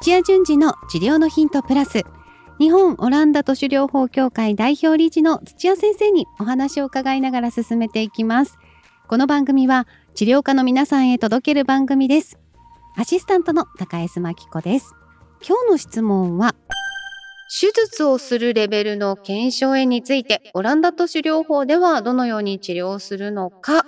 土屋順次の治療のヒントプラス、日本オランダ都市療法協会代表理事の土屋先生にお話を伺いながら進めていきます。この番組は治療家の皆さんへ届ける番組です。アシスタントの高江須真紀子です。今日の質問は、手術をするレベルの腱鞘炎についてオランダ都市療法ではどのように治療するのか。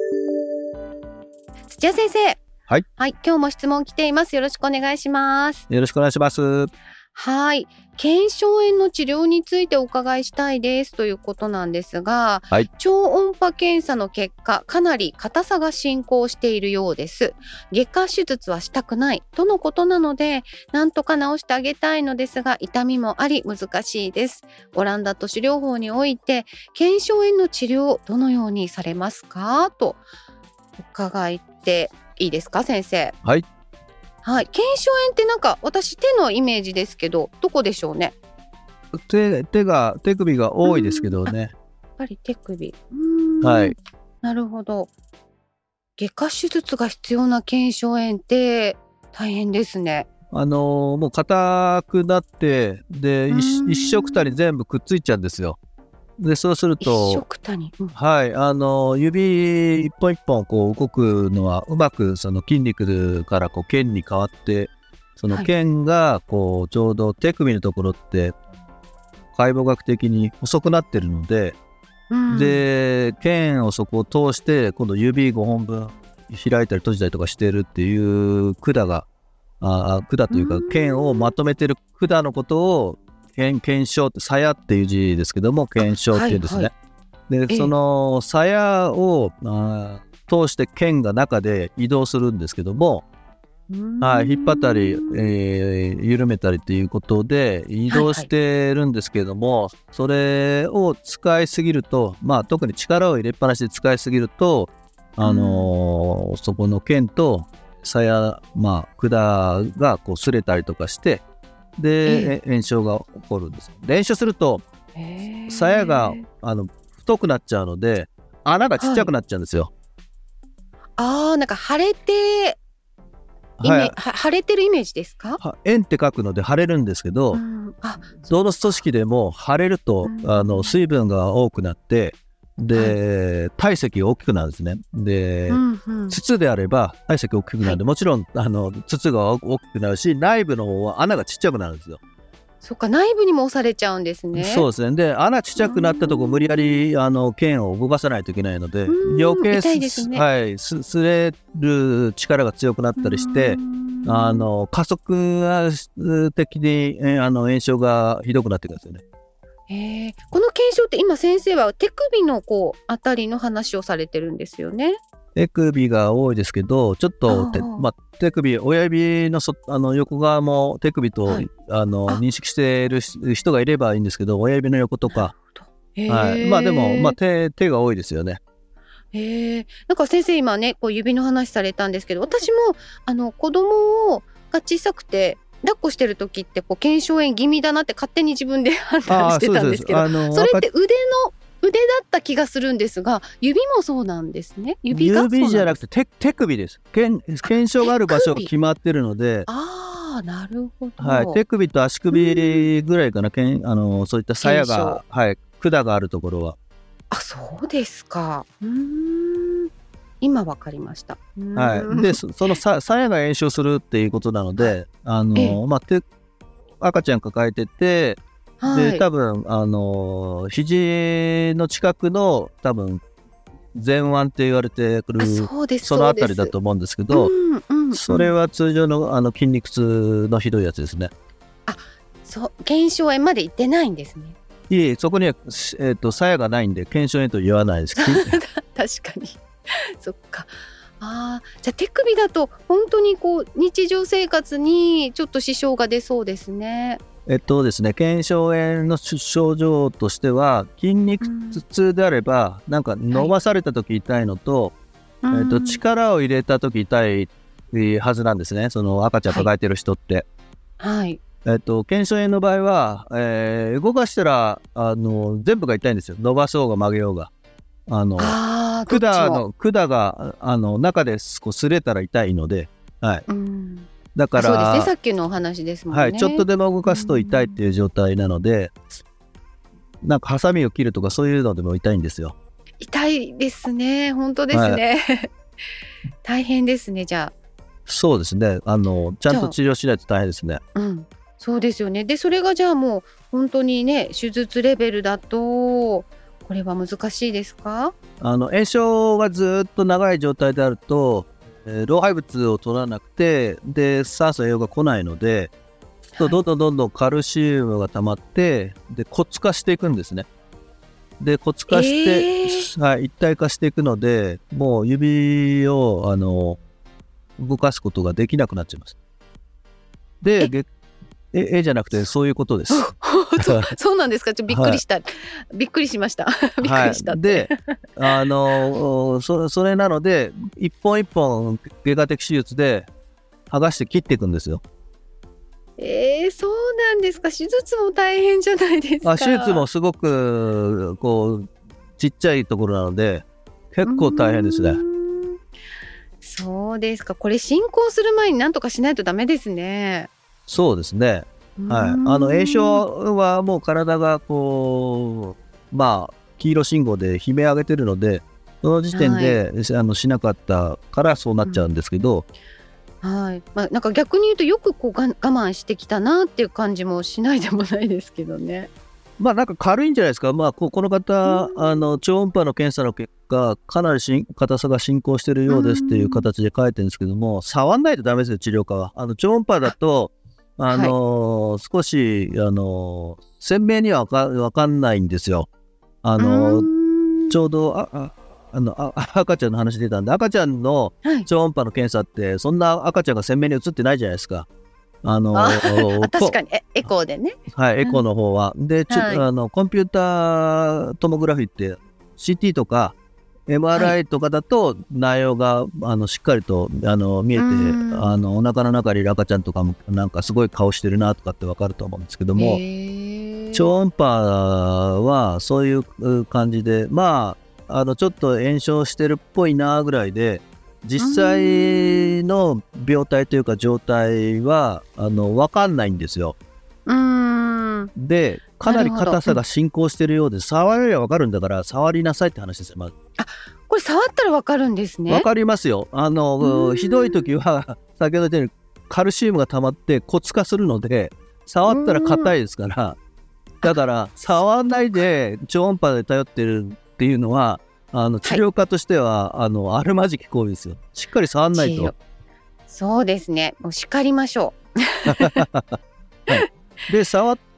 土屋先生、 はい、 今日も質問来ています。よろしくお願いします。 よろしくお願いします。 はい、腱鞘炎の治療についてお伺いしたいですということなんですが、超音波検査の結果、かなり硬さが進行しているようです。外科手術はしたくないとのことなので、なんとか治してあげたいのですが、痛みもあり難しいです。オランダ都市療法において腱鞘炎の治療をどのようにされますかと伺っていいですか、先生。 はい、 腱鞘炎ってなんか私手のイメージですけど、どこでしょうね。 手首が多いですけどね。 やっぱり手首。 はい。 なるほど。外科手術が必要な腱鞘炎って大変ですね。 もう硬くなってで一緒くたに全部くっついちゃうんですよ。でそうすると一緒くたに、 指一本一本こう動くのはうまくその筋肉からこう腱に変わって、その腱がこうちょうど手首のところって解剖学的に細くなってるので、で腱をそこを通して今度指5本分開いたり閉じたりとかしてるっていう管というか腱をまとめてる管のことを腱鞘って鞘っていう字ですけども、腱鞘っていうんですね。でその鞘を通して腱が中で移動するんですけども、引っ張ったり、緩めたりということで移動してるんですけれども、それを使いすぎると、特に力を入れっぱなしで使いすぎると、そこの腱と鞘、管がこう擦れたりとかしてで、炎症が起こるんです。炎症すると鞘が太くなっちゃうので穴がちっちゃくなっちゃうんですよ。 なんか腫れて腫れてるイメージですか？ 炎って書くので腫れるんですけど、どの組織でも腫れると水分が多くなってで、体積が大きくなるんですね。で、筒であれば体積が大きくなるんで、もちろん筒が大きくなるし、内部の方は穴がちっちゃくなるんですよ。 そっか、内部にも押されちゃうんですね。 そうですね。で穴ちっちゃくなったとこ無理やり腱を動かさないといけないので、余計痛いですね。 擦れる力が強くなったりして加速的に炎症がひどくなっていくんですよね。 この腱鞘って今先生は手首のあたりの話をされてるんですよね。 手首が多いですけど、ちょっと手首、親指の横側も手首と、認識している人がいればいいんですけど、親指の横とか、でも、手が多いですよね。 なんか先生今ね指の話されたんですけど、私も子供が小さくて抱っこしてる時って腱鞘炎気味だなって勝手に自分で判断してたんですけど、それって腕だった気がするんですが、指もそうなんですね。指じゃなくて手首です。腱鞘がある場所が決まってるので、 なるほど、 手首と足首ぐらいかな、そういった鞘が、管があるところは。 そうですか。今わかりました。 でその鞘が炎症するっていうことなので、赤ちゃん抱えてて、で多分肘の近くの多分前腕って言われてくるそのあたりだと思うんですけど、それは通常の筋肉痛のひどいやつですね。 腱鞘炎までいってないんですね。 いえ、そこには鞘がないんで腱鞘炎と言わないです。 確かにそっか。じゃあ手首だと本当に日常生活にちょっと支障が出そうですね。 ですね、腱鞘炎の症状としては、筋肉痛であればなんか伸ばされた時痛いのと、力を入れた時痛いはずなんですね、その赤ちゃん抱えてる人って。腱鞘炎の場合は、動かしたら全部が痛いんですよ。伸ばそうが曲げようが。管が中で擦れたら痛いので、 だからそうですね、さっきのお話ですもんね。 はい、ちょっとでも動かすと痛いっていう状態なので、なんかハサミを切るとかそういうのでも痛いんですよ。 痛いですね、本当ですね、はい、大変ですね。じゃあそうですね、ちゃんと治療しないと大変ですね。 そうですよね。でそれがじゃあもう本当にね、手術レベルだとこれは難しいですか？ 炎症がずっと長い状態であると、老廃物を取らなくて、で酸素栄養が来ないので、どんどんカルシウムが溜まって、で骨化していくんですね。で骨化して、はい、一体化していくので、もう指を動かすことができなくなっちゃいます。でじゃなくてそういうことです。 そうなんですか。ちょっとびっくりした、はい、びっくりしましたびっくりしたって、 はい、でそれなので一本一本外科的手術で剥がして切っていくんですよ。 そうなんですか。手術も大変じゃないですか。 手術もすごくこうちっちゃいところなので結構大変ですね。 そうですか。これ進行する前に何とかしないとダメですね。 そうですね、はい、炎症はもう体がこう黄色信号で悲鳴上げてるので、その時点で、はい、しなかったからそうなっちゃうんですけど、 はい、なんか逆に言うとよくこう我慢してきたなっていう感じもしないでもないですけどね。 なんか軽いんじゃないですか。この方超音波の検査の結果かなり硬さが進行しているようですっていう形で書いてるんですけども、触んないとダメですよ、治療家は。超音波だとはい、少し鮮明には分かんないんですよ。ちょうど赤ちゃんの話出たんで、赤ちゃんの超音波の検査ってそんな赤ちゃんが鮮明に映ってないじゃないですか。 確かにエコーでね、 はい、エコーの方はではい、コンピュータートモグラフィーって CT とか MRI とかだと内容がしっかりと見えて、お腹の中にいる赤ちゃんとかもなんかすごい顔してるなとかって分かると思うんですけども、超音波はそういう感じでちょっと炎症してるっぽいなぐらいで、実際の病態というか状態は分かんないんですよ。でかなり硬さが進行してるようで、触れば分かるんだから触りなさいって話ですよ。 これ触ったら分かるんですね。 分かりますよ。ひどい時は先ほど言ったようにカルシウムが溜まって骨化するので、触ったら硬いですから、だから触らないで超音波で頼ってるっていうのは治療家としては、あるまじき行為ですよ。しっかり触らないと。 そうですね、もう叱りましょう、 はい、で触って、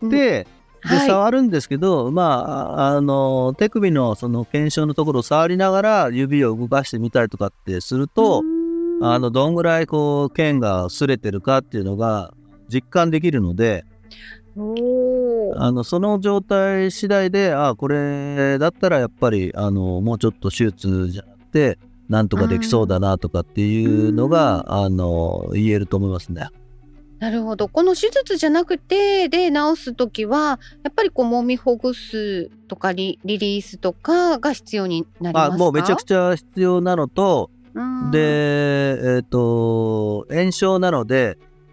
触るんですけど、手首のその腱鞘のところを触りながら指を動かしてみたりとかってすると、どんぐらいこう腱が擦れてるかっていうのが実感できるので、その状態次第でこれだったらやっぱりもうちょっと手術じゃなくてなんとかできそうだなとかっていうのが言えると思いますね。 なるほど。この手術じゃなくてで治すときはやっぱりこう揉みほぐすとかリリースとかが必要になりますか？ もうめちゃくちゃ必要なのと、で炎症なので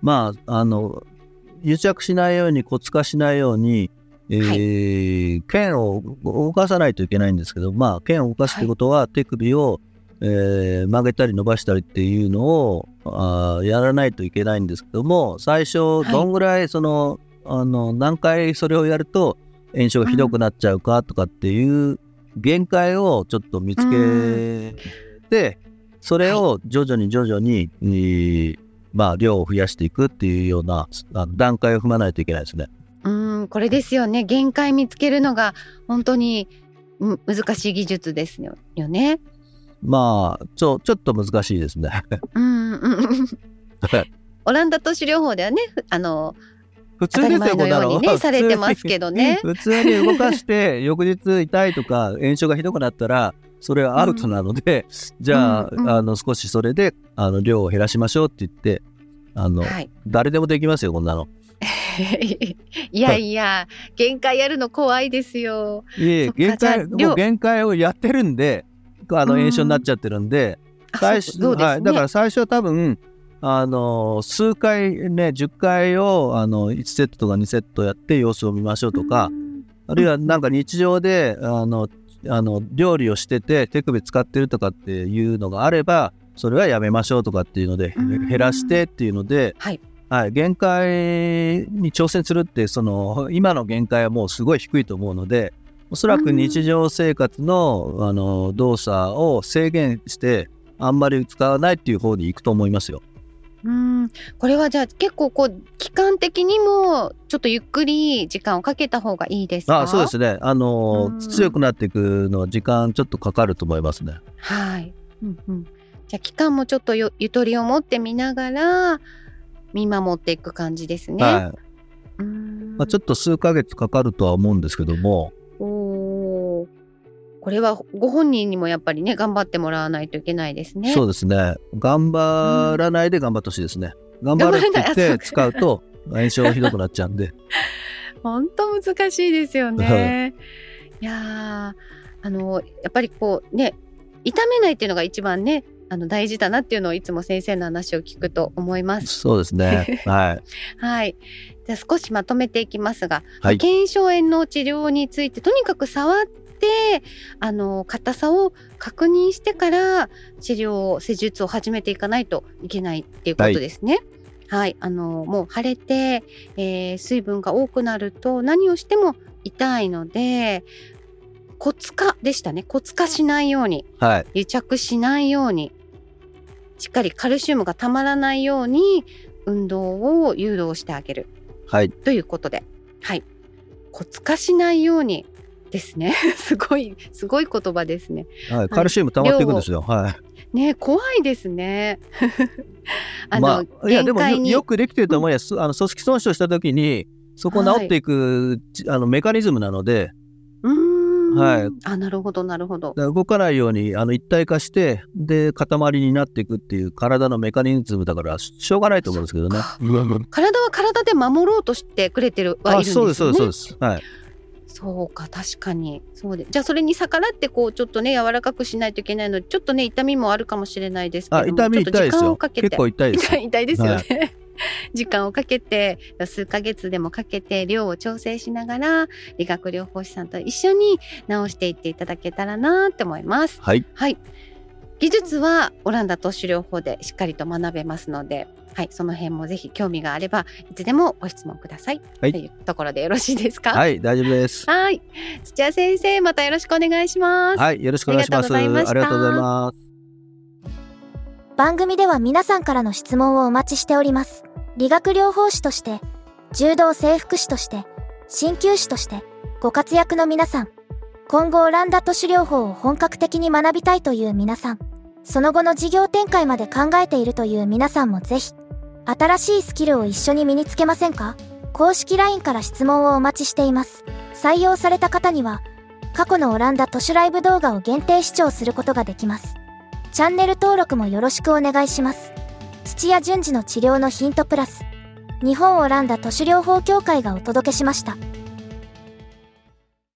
癒着しないように骨化しないように、腱を動かさないといけないんですけど、腱を動かすということは手首を、曲げたり伸ばしたりっていうのをやらないといけないんですけども、最初どんぐらい何回それをやると炎症がひどくなっちゃうかとかっていう限界をちょっと見つけて、それを徐々に量を増やしていくっていうような段階を踏まないといけないですね。 これですよね。限界見つけるのが本当に難しい技術ですよね。 ちょっと難しいですね。 オランダ都市療法ではね、 普通ですよ、 当たり前のようにねされてますけどね。 普通に動かして翌日痛いとか炎症がひどくなったらそれはアウトなので、じゃあ、少しそれで量を減らしましょうって言って誰でもできますよ、こんなの。 いやいや、限界やるの怖いですよ。 限界をやってるんで炎症になっちゃってるんで、だから最初は多分数回ね、10回を1セットとか2セットやって様子を見ましょうとか、あるいはなんか日常で料理をしてて手首使ってるとかっていうのがあれば、それはやめましょうとかっていうので減らしてっていうので、はいはい、限界に挑戦するって、今の限界はもうすごい低いと思うので、おそらく日常生活の動作を制限してあんまり使わないっていう方に行くと思いますよ。 これはじゃあ結構期間的にもちょっとゆっくり時間をかけた方がいいですか？ そうですね。強くなっていくのは時間ちょっとかかると思いますね。 はい、じゃあ期間もちょっとゆとりを持って見ながら見守っていく感じですね。はい、 ちょっと数ヶ月かかるとは思うんですけども、 これはご本人にもやっぱりね頑張ってもらわないといけないですね。 そうですね。頑張らないで頑張ってほしいですね。頑張るって言って使うと炎症がひどくなっちゃうんで本当難しいですよね。いややっぱりね、痛めないっていうのが一番ね大事だなっていうのをいつも先生の話を聞くと思います。 そうですね。はい、 はい。じゃあ少しまとけていきますが、腱鞘炎の治療についてとにかく触って硬さを確認してから施術を始めていかないといけないっていうことですね。はい、もう腫れて、水分が多くなると何をしても痛いので、骨化でしたね。骨化しないように、癒着しないように、しっかりカルシウムがたまらないように運動を誘導してあげる、ということで、骨化しないようにですねすごい言葉ですね。 カルシウム溜まっていくんですよ。 ね、怖いですねいやでもよくできてると思います。組織損傷した時にそこ治っていく、メカニズムなので、 なるほどなるほど。 動かないように一体化してで塊になっていくっていう体のメカニズムだからしょうがないと思うんですけどね。 体は体で守ろうとしてくれてるはいるんですよね。 そうです。 そうか、確かにそうで、じゃあそれに逆らってちょっとね柔らかくしないといけないので、ちょっとね痛みもあるかもしれないですけども、 痛いですよ。結構痛いです。 痛いですよね。時間をかけて数ヶ月でもかけて量を調整しながら理学療法士さんと一緒に治していっていただけたらなって思います。技術はオランダ都市療法でしっかりと学べますので、その辺もぜひ興味があればいつでもご質問ください、というところでよろしいですか？ はい、大丈夫です。 土屋先生、またよろしくお願いします。 よろしくお願いします。ありがとうございます。 番組では皆さんからの質問をお待ちしております。理学療法士として、柔道整復師として、鍼灸師としてご活躍の皆さん、今後オランダ都市療法を本格的に学びたいという皆さん、その後の事業展開まで考えているという皆さんもぜひ新しいスキルを一緒に身につけませんか？公式 LINE から質問をお待ちしています。採用された方には過去のオランダ都市ライブ動画を限定視聴することができます。チャンネル登録もよろしくお願いします。土屋順次の治療のヒントプラス、日本オランダ都市療法協会がお届けしました。